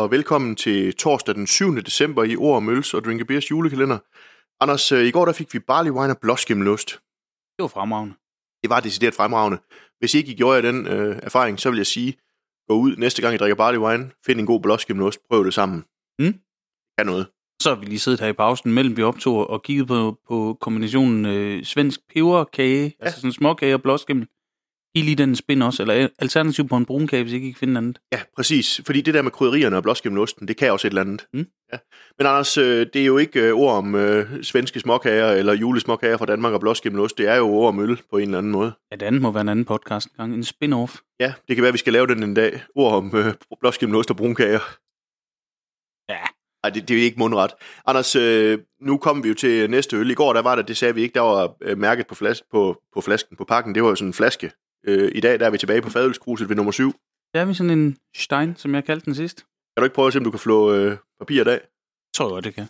og velkommen til torsdag den 7. december i Ord og Møls og Drink a Beers julekalender. Anders, i går der fik vi barley wine og blåskimmelost. Det var fremragende. Det var decideret fremragende. Hvis I ikke gjorde den erfaring, så vil jeg sige, gå ud næste gang I drikker barley wine, find en god blåskimmelost, prøv det sammen. Kan noget. Så har vi lige siddet her i pausen mellem vi optog og kigget på kombinationen svensk peberkage, altså sådan småkage og blåskimmel. I lige den spin også, eller alternativ på en brunkage, hvis I ikke kan finde andet. Ja, præcis. Fordi det der med krydderierne og blåskimmelosten, det kan også et eller andet. Ja. Men Anders, det er jo ikke ord om svenske småkager eller julesmåkager fra Danmark og blåskimmelost. Det er jo ord om øl på en eller anden måde. Ja, det andet må være en anden podcast en gang. En spin-off. Ja, det kan være, at vi skal lave den en dag. Ord om blåskimmelost og brunkager. Ja. Nej, det er ikke mundret. Anders, nu kommer vi jo til næste øl. I går, der var det sagde vi ikke, der var mærket på flasken, på pakken. Det var jo sådan en flaske. I dag, der er vi tilbage på fadølskruset ved nummer 7. Der er vi sådan en Stein, som jeg kaldte den sidst. Kan du ikke prøve at se, om du kan flå papir i dag? Tror jeg godt, det kan.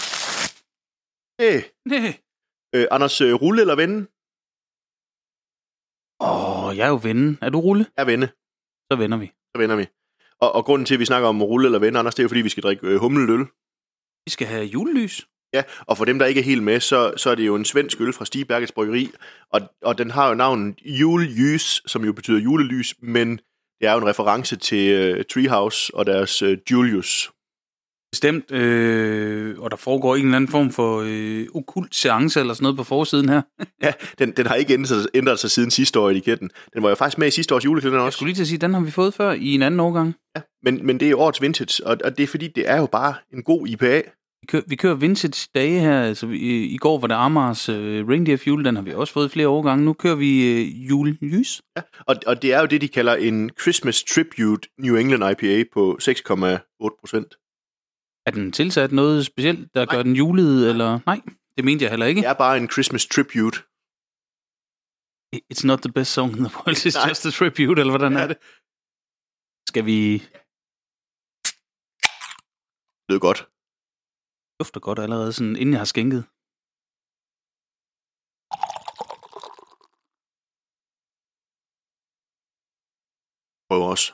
Nej. Anders, rulle eller vende? Jeg er jo vende. Er du rulle? Ja, vende. Så vender vi. Og grunden til, at vi snakker om rulle eller vende, Anders, det er jo, fordi vi skal drikke humleøl. Vi skal have julelys. Ja, og for dem, der ikke er helt med, så er det jo en svensk øl fra Stibergets Bryggeri, og den har jo navnet Julljus, som jo betyder julelys, men det er jo en reference til Treehouse og deres Julius. Bestemt, og der foregår en eller anden form for okkult seance eller sådan noget på forsiden her. Ja, den har ikke ændret sig siden sidste år i etiketten. Den var jo faktisk med i sidste års julekalender også. Jeg skulle lige til at sige, den har vi fået før i en anden årgang. Ja, men det er årets vintage, og det er fordi, det er jo bare en god IPA. Vi kører vintage dage her, altså i går var det Amars Reindeer Fuel, den har vi også fået flere årgange. Nu kører vi julelys. Ja, og det er jo det, de kalder en Christmas Tribute New England IPA på 6,8%. Er den tilsat noget specielt, der gør den julet, eller? Nej, det mente jeg heller ikke. Det er bare en Christmas Tribute. It's not the best song in the world, it's just a tribute, eller hvordan er det? Skal vi... Det er godt. Dufter godt allerede, sådan, inden jeg har skænket. Prøv også.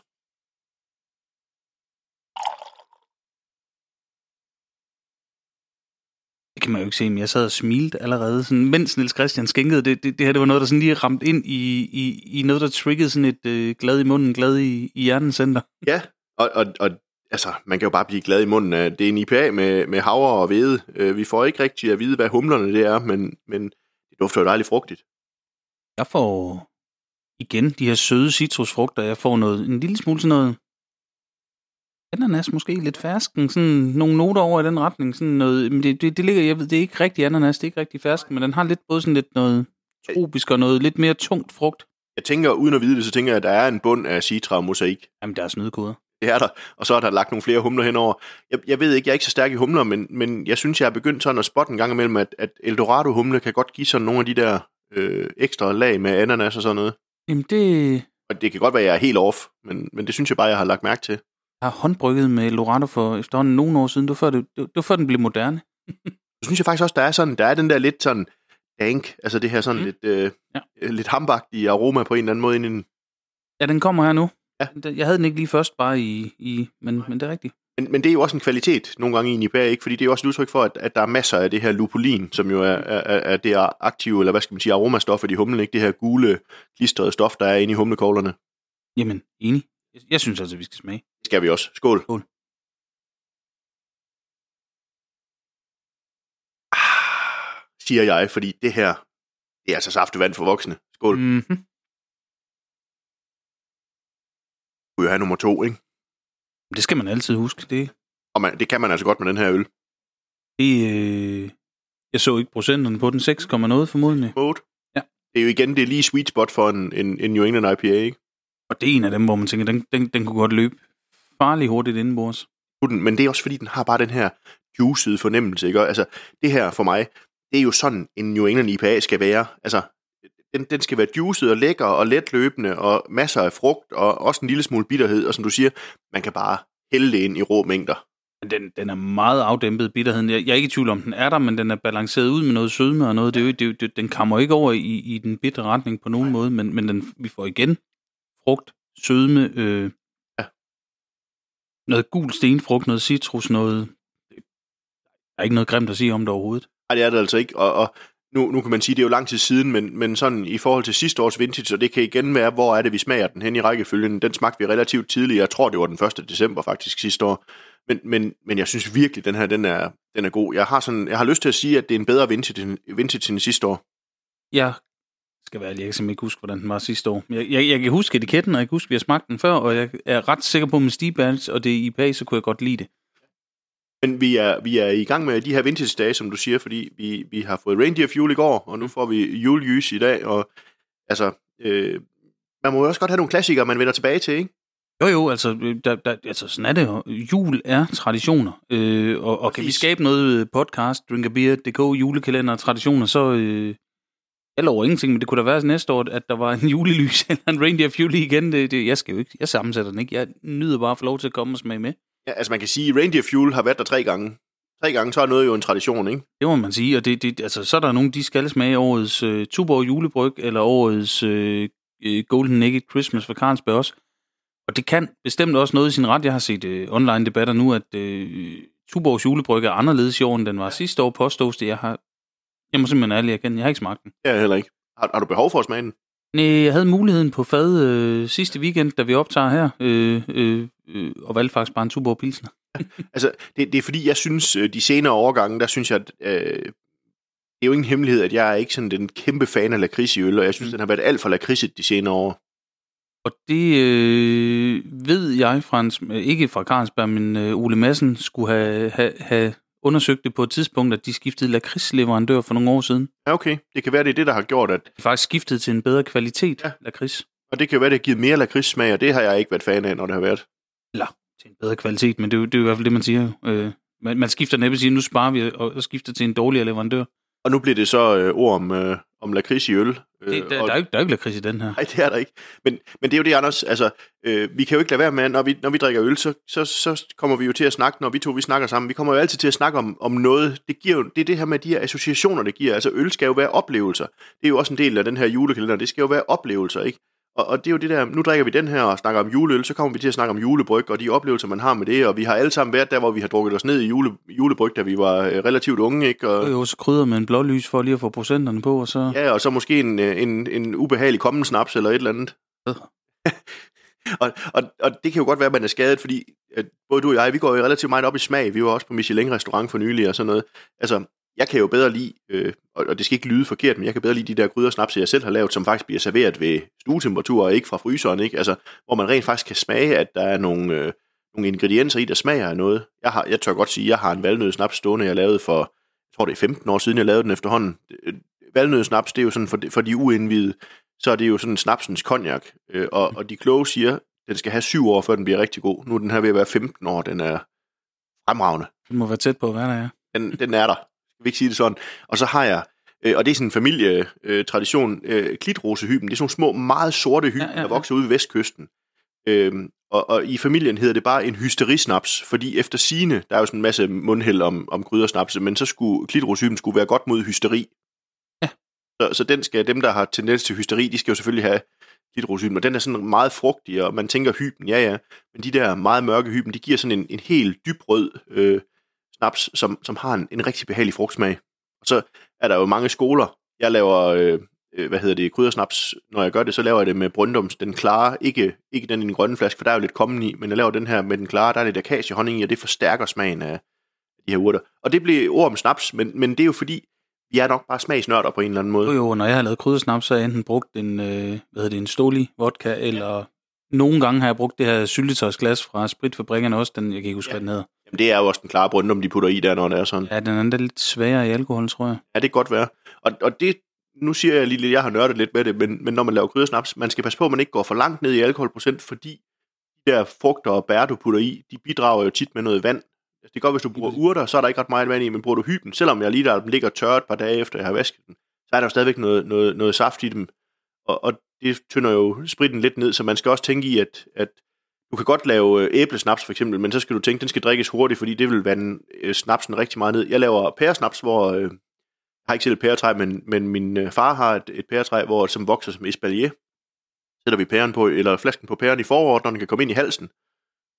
Det kan man jo ikke se, men jeg sad og smilte allerede, sådan, mens Niels Christian skænkede. Det her, det var noget, der sådan lige ramte ind i noget, der triggede sådan et glad i munden, glad i hjernecenter. Ja, og altså, man kan jo bare blive glad i munden af, det er en IPA med havre og hvede. Vi får ikke rigtig at vide, hvad humlerne det er, men det dufter jo dejligt frugtigt. Jeg får igen de her søde citrusfrugter. Jeg får en lille smule sådan noget ananas, måske lidt fersken, sådan nogle noter over i den retning. Sådan noget, men det ligger, jeg ved, det er ikke rigtig ananas, det er ikke rigtig fersken, men den har lidt både sådan lidt noget tropisk og noget lidt mere tungt frugt. Jeg tænker, uden at vide det, så tænker jeg, at der er en bund af citra og mosaik. Jamen, der er snydekoder. Det er der, og så er der lagt nogle flere humler henover. Jeg ved ikke, jeg er ikke så stærk i humler, men jeg synes, jeg er begyndt sådan at spotte en gang imellem, at Eldorado-humle kan godt give sådan nogle af de der ekstra lag med ananas og sådan noget. Jamen det... Og det kan godt være, at jeg er helt off, men det synes jeg bare, jeg har lagt mærke til. Jeg har håndbrygget med Eldorado for efterhånden nogle år siden. Det var før den blev moderne. Så synes jeg faktisk også, der er den der lidt sådan dank, altså det her sådan lidt hambagtige aroma på en eller anden måde ind i den. Ja, den kommer her nu. Ja. Jeg havde den ikke lige først bare men det er rigtigt. Men det er jo også en kvalitet nogle gange i en IPA, ikke? Fordi det er jo også et udtryk for, at der er masser af det her lupulin, som jo er det aktive, eller hvad skal man sige, aromastoffer i humlen, ikke? Det her gule, klistrede stof, der er inde i humlekoglerne. Jamen, enig. Jeg synes altså, vi skal smage. Det skal vi også. Skål. Skål. Siger jeg, fordi det her, det er altså saftevand for voksne. Skål. Mm-hmm. Kunne jo have nummer 2, ikke? Det skal man altid huske. Og det kan man altså godt med den her øl. Jeg så ikke procenterne på den, 6, noget formodentlig. 8. Ja. Det er jo igen, det er lige sweet spot for en New England IPA, ikke? Og det er en af dem, hvor man tænker, den kunne godt løbe farligt hurtigt indenbords. Men det er også fordi, den har bare den her juicede fornemmelse, ikke? Altså, det her for mig, det er jo sådan, en New England IPA skal være. Altså, den skal være juicet og lækker og letløbende og masser af frugt og også en lille smule bitterhed. Og som du siger, man kan bare hælde det ind i rå mængder. Den er meget afdæmpet, bitterheden. Jeg er ikke i tvivl om, den er der, men den er balanceret ud med noget sødme og noget. Den kommer ikke over i den bitre retning på nogen måde, men vi får igen frugt, sødme. Noget gul stenfrugt, noget citrus, noget... Der er ikke noget grimt at sige om det overhovedet. Nej, det er det altså ikke, og nu kan man sige, det er jo lang tid siden, men sådan i forhold til sidste års vintage, og det kan igen være, hvor er det, vi smager den hen i rækkefølgen. Den smagte vi relativt tidligt. Jeg tror, det var den 1. december faktisk sidste år. Men jeg synes virkelig, den her, den er god. Jeg har lyst til at sige, at det er en bedre vintage end sidste år. Jeg skal være ærlig, jeg kan simpelthen ikke huske, hvordan den var sidste år. Jeg kan huske etiketten, og jeg kan huske, at vi har smagt den før, og jeg er ret sikker på, med Stigbadge, og det er IPA, så kunne jeg godt lide det. Men vi er i gang med de her vintage-dage, som du siger, fordi vi har fået Reindeer Fuel i går, og nu får vi julelys i dag, og altså, man må jo også godt have nogle klassikere, man vender tilbage til, ikke? Jo, altså sådan er det jo. Jul er traditioner, og kan vi skabe noget podcast, Drinkabeer.dk, julekalender og traditioner, så jeg lover ingenting, men det kunne da være næste år, at der var en julelys eller en Reindeer Fuel igen. Jeg sammensætter den ikke. Jeg nyder bare at få lov til at komme og smage med. Ja, altså man kan sige, at Reindeer Fuel har været der 3 gange. 3 gange, så er noget jo en tradition, ikke? Det må man sige, og altså, så er der nogen, de skal smage årets Tuborg julebryg, eller årets Golden Naked Christmas fra Carlsberg også. Og det kan bestemt også noget i sin ret. Jeg har set online debatter nu, at Tuborgs julebryg er anderledes i år, end den var sidste år, påstås det. Jeg må simpelthen ærlig erkende, jeg har ikke smagt den. Ja, heller ikke. Har du behov for at smage den? Nej, jeg havde muligheden på fad sidste weekend, da vi optager her, og valgte faktisk bare en Tuborg Pilsner. Altså, det er fordi, jeg synes, de senere årgange, der synes jeg, at det er jo ingen hemmelighed, at jeg er ikke sådan den kæmpe fan af lakrids i øl, og jeg synes, den har været alt for lakridset de senere år. Og det ved jeg, ikke fra Carlsberg, men Ole Madsen skulle have undersøgt det på et tidspunkt, at de skiftede lakridsleverandør for nogle år siden. Ja, okay. Det kan være, det er det, der har gjort, at de faktisk skiftede til en bedre kvalitet lakrids. Og det kan være, det har givet mere lakridssmag, og det har jeg ikke været fan af, når det har været. Eller til en bedre kvalitet, men det er jo i hvert fald det, man siger. Man skifter næppe og siger, nu sparer vi og skifter til en dårligere leverandør. Og nu bliver det så ord om lakrids i øl. Der er jo ikke lakrids i den her. Nej, det er der ikke. Men det er jo det, Anders. Altså, vi kan jo ikke lade være med, når vi drikker øl, så kommer vi jo til at snakke, når vi snakker sammen. Vi kommer jo altid til at snakke om noget. Det er det her med de her associationer, det giver. Altså, øl skal jo være oplevelser. Det er jo også en del af den her julekalender. Det skal jo være oplevelser, ikke? Og det er jo det der, nu drikker vi den her og snakker om juleøl, så kommer vi til at snakke om julebryg og de oplevelser, man har med det, og vi har alle sammen været der, hvor vi har drukket os ned i julebryg, da vi var relativt unge, ikke? Og jo, så krydder med en blålys for lige at få procenterne på, og så... Ja, og så måske en ubehagelig kommende snaps eller et eller andet. og det kan jo godt være, at man er skadet, fordi både du og jeg, vi går jo relativt meget op i smag. Vi var også på Michelin-restaurant for nylig og sådan noget. Altså, jeg kan jo bedre lide, og det skal ikke lyde forkert, men jeg kan bedre lide de der kryddersnapse, jeg selv har lavet, som faktisk bliver serveret ved stuetemperatur og ikke fra fryseren, ikke? Altså, hvor man rent faktisk kan smage, at der er nogle ingredienser i, der smager af noget. Jeg tør godt sige, at jeg har en valnødsnaps stående, jeg lavede for, jeg tror det er 15 år siden, jeg lavede den efterhånden. Valnødsnaps, det er jo sådan for de uindvidede, så er det jo sådan snapsens cognac, og de kloge siger, den skal have 7 år, før den bliver rigtig god. Nu er den her ved at være 15 år, den er fremragende. Den må være tæt på, hvad der er. Den er der. Skal vi ikke sige det sådan? Og så har jeg, og det er sådan en familietradition, klitrosehyben. Det er sådan nogle små, meget sorte hyben, der vokser ude ved vestkysten. Og i familien hedder det bare en hysterisnaps, fordi efter sigende, der er jo sådan en masse mundhæld om kryddersnapse, men så skulle klitrosehyben være godt mod hysteri. Ja. Så den skal, dem der har tendens til hysteri, de skal jo selvfølgelig have klitrosehyben, og den er sådan meget frugtig, og man tænker hyben, ja, men de der meget mørke hyben, de giver sådan en helt dybrød snaps, som har en rigtig behagelig frugtsmag. Og så er der jo mange skoler. Jeg laver, kryddersnaps, når jeg gør det, så laver jeg det med Brøndums, den klare, ikke den i den grønne flaske, for der er jo lidt kommen i, men jeg laver den her med den klare, der er lidt akaciehonning i, og det forstærker smagen af de her urter. Og det bliver ord om snaps, men det er jo fordi, vi er nok bare smagsnørder på en eller anden måde. Jo, når jeg har lavet kryddersnaps, så har jeg enten brugt en Stoli vodka, eller nogle gange har jeg brugt det her syltetøjsglas fra Spritfabrikkerne også, den, jeg kan ikke huske, hvad den hedder. Jamen, det er jo også den klare Brøndum, de putter i der, når det er sådan. Ja, den er lidt svagere i alkohol, tror jeg. Ja, det kan godt være. Og det, nu siger jeg lige lidt, jeg har nørdet lidt med det, men når man laver kryddersnaps, man skal passe på, at man ikke går for langt ned i alkoholprocent, fordi de der frugter og bær, du putter i, de bidrager jo tit med noget vand. Det er godt, hvis du bruger urter, så er der ikke ret meget vand i, men bruger du hyben, selvom jeg lige der ligger tørret et par dage efter, jeg har vasket den, så er der jo stadigvæk noget saft i dem. Og det tynder jo spritten lidt ned, så man skal også tænke i, at du kan godt lave æblesnaps for eksempel, men så skal du tænke, at den skal drikkes hurtigt, fordi det vil vande snapsen rigtig meget ned. Jeg laver pæresnaps, hvor jeg har ikke selv et pæretræ, men min far har et pæretræ, som vokser som espalier. Sætter vi pæren på, eller flasken på pæren i foråret, når den kan komme ind i halsen.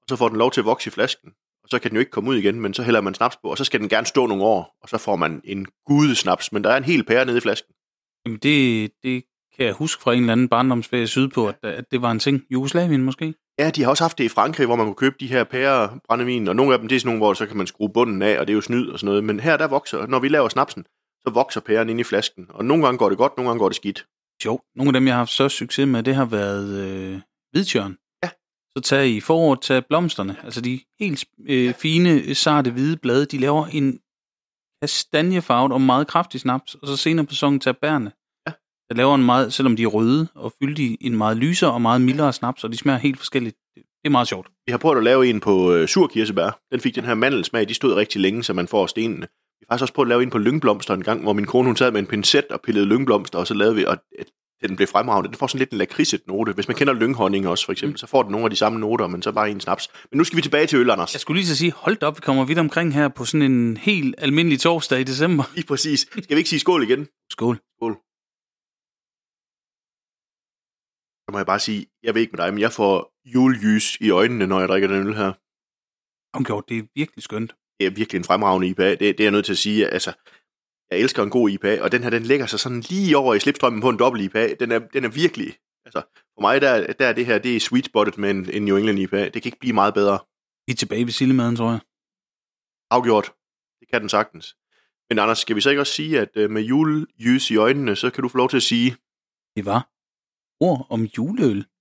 og så får den lov til at vokse i flasken, og så kan den jo ikke komme ud igen, men så hælder man snaps på, og så skal den gerne stå nogle år, og så får man en gudesnaps, men der er en hel pære nede i flasken. Jamen det kan jeg huske fra en eller anden barndomsferie sydpå, at det var en ting. Jugoslavien måske? Ja, de har også haft det i Frankrig, hvor man kunne købe de her pære brændevin, og nogle af dem, det er sådan nogle, hvor så kan man skrue bunden af, og det er jo snyd og sådan noget, men her der vokser, når vi laver snapsen, så vokser pæren ind i flasken, og nogle gange går det godt, nogle gange går det skidt. Jo, nogle af dem, jeg har haft størst succes med, det har været hvidtjørn. Ja. Så tag blomsterne, altså de helt fine, sarte, hvide blade, de laver en kastanjefarvet og meget kraftig snaps, og så senere på sæsonen tag bærne. Ja. Der laver en meget, selvom de er røde og fyldige, en meget lysere og meget mildere snaps, og de smager helt forskelligt. Det er meget sjovt. Vi har prøvet at lave en på surkirsebær. Den fik den her mandelsmag, de stod rigtig længe, så man får stenene. Vi har faktisk også prøvet at lave en på lyngblomster en gang, hvor min kone hun sad med en pincet og pillede lyngblomster, og så lavede vi, og den blev fremragende. Den får sådan lidt en lakridset note. Hvis man kender lynghonning også, for eksempel, så får den nogle af de samme noter, men så bare en snaps. Men nu skal vi tilbage til øl, Anders. Jeg skulle lige så sige, hold op, vi kommer vidt omkring her på sådan en helt almindelig torsdag i december. Lige præcis. Skal vi ikke sige skål igen? Skål. Skål. Så må jeg bare sige, jeg ved ikke med dig, men jeg får julelys i øjnene, når jeg drikker den øl her. Omgjort, det er virkelig skønt. Det er virkelig en fremragende IPA. Det er jeg nødt til at sige. Altså, jeg elsker en god IPA, og den her, den lægger sig sådan lige over i slipstrømmen på en dobbelt IPA. Den er virkelig, altså, for mig der er det her, det er sweet spottet med en New England IPA. Det kan ikke blive meget bedre. Vi er tilbage ved sildemaden, tror jeg. Afgjort. Det kan den sagtens. Men Anders, skal vi så ikke også sige, at med julelys i øjnene, så kan du få lov til at sige... Det var ord om juleøl.